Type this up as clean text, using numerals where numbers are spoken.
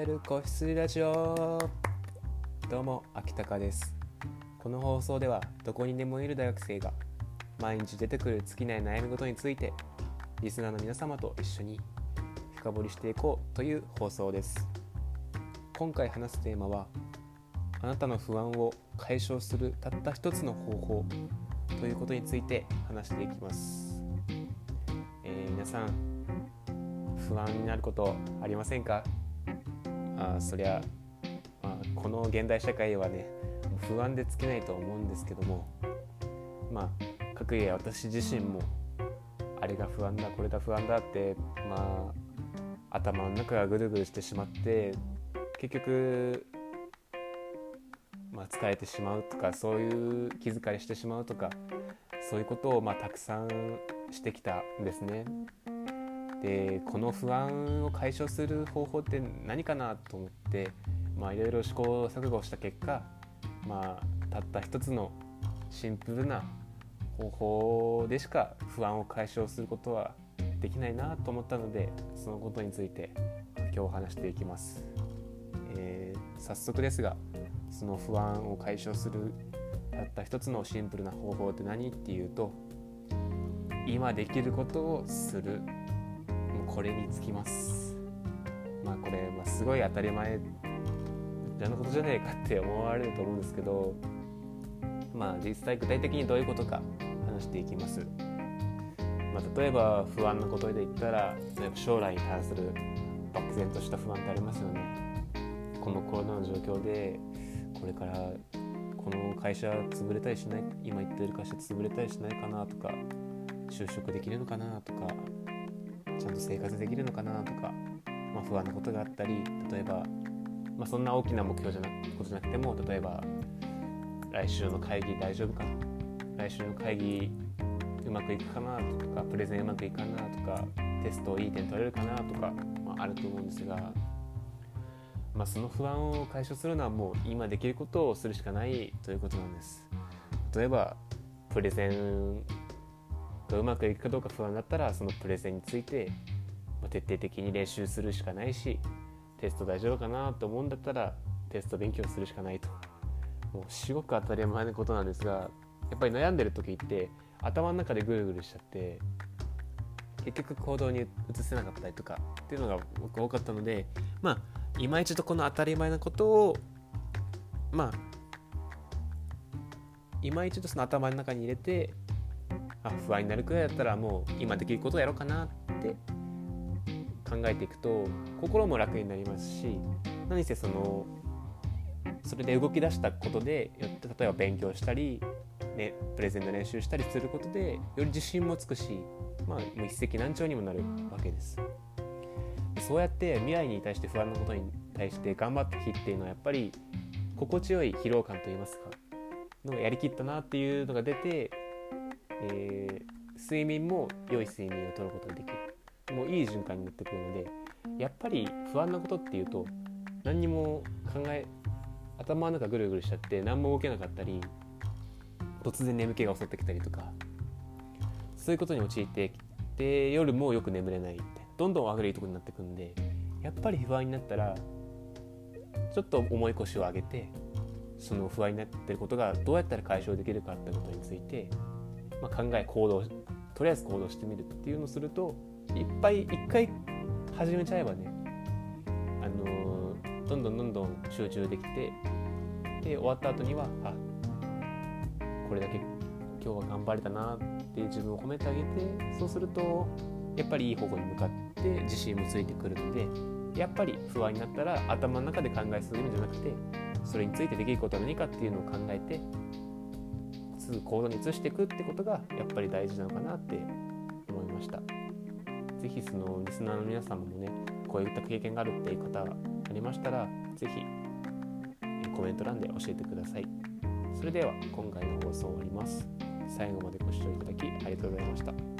る子羊ラジオ。どうも秋高です。この放送ではどこにでもいる大学生が毎日出てくる尽きない悩み事についてリスナーの皆様と一緒に深掘りしていこうという放送です。今回話すテーマは、あなたの不安を解消するたった一つの方法ということについて話していきます。皆さん不安になることありませんか？そりゃ、この現代社会はね、不安で尽きないと思うんですけども、かくいう私自身もあれが不安だこれが不安だって頭の中がぐるぐるしてしまって、結局疲れてしまうとか、そういう気疲れしてしまうとか、そういうことをたくさんしてきたんですね。で、この不安を解消する方法って何かなと思って、いろいろ試行錯誤した結果、たった一つのシンプルな方法でしか不安を解消することはできないなと思ったので、そのことについて今日話していきます。早速ですが、その不安を解消するたった一つのシンプルな方法って何っていうと、今できることをする、これにつきます。これ、すごい当たり前なことじゃないかって思われると思うんですけど、実際具体的にどういうことか話していきます。例えば不安なことで言ったら、例えば将来に関する漠然とした不安ってありますよね。このコロナの状況でこれからこの会社潰れたりしない、今言ってる会社潰れたりしないかなとか、就職できるのかなとか、ちゃんと生活できるのかなとか、不安なことがあったり、例えば、そんな大きな目標じゃなくても、例えば来週の会議大丈夫かな、来週の会議うまくいくかなとか、プレゼンうまくいくかなとか、テストいい点取れるかなとか、あると思うんですが、その不安を解消するのはもう今できることをするしかないということなんです。例えばプレゼンがうまくいくかどうか不安だったら、そのプレゼンについて徹底的に練習するしかないし、テスト大丈夫かなと思うんだったらテスト勉強するしかないと。もうすごく当たり前のことなんですが、やっぱり悩んでる時って頭の中でぐるぐるしちゃって、結局行動に移せなかったりとかっていうのが僕多かったので、今一度この当たり前なことを今一度その頭の中に入れて、不安になるくらいだったらもう今できることをやろうかなって考えていくと、心も楽になりますし、何せそれで動き出したことでよって、例えば勉強したり、プレゼンの練習したりすることでより自信もつくし、もう一石何鳥にもなるわけです。そうやって未来に対して、不安なことに対して頑張った日っていうのは、やっぱり心地よい疲労感といいますかのやりきったなっていうのが出て、睡眠も良い睡眠をとることができる、もういい循環になってくるので、やっぱり不安なことっていうと何にも頭の中ぐるぐるしちゃって何も動けなかったり、突然眠気が襲ってきたりとか、そういうことに陥ってで夜もよく眠れないって、どんどん悪いところになってくるんで、やっぱり不安になったらちょっと重い腰を上げて、その不安になっていることがどうやったら解消できるかってことについて、とりあえず行動してみるっていうのをすると、一回始めちゃえばね、どんどん集中できて、で終わった後にはこれだけ今日は頑張れたなって自分を褒めてあげて、そうするとやっぱりいい方向に向かって自信もついてくるので、やっぱり不安になったら頭の中で考えすぎるんじゃなくて、それについてできることは何かっていうのを考えて、すぐ行動に移していくってことがやっぱり大事なのかなって思いました。ぜひそのリスナーの皆様もね、こういった経験があるっていう方ありましたら、ぜひコメント欄で教えてください。それでは今回の放送を終わります。最後までご視聴いただきありがとうございました。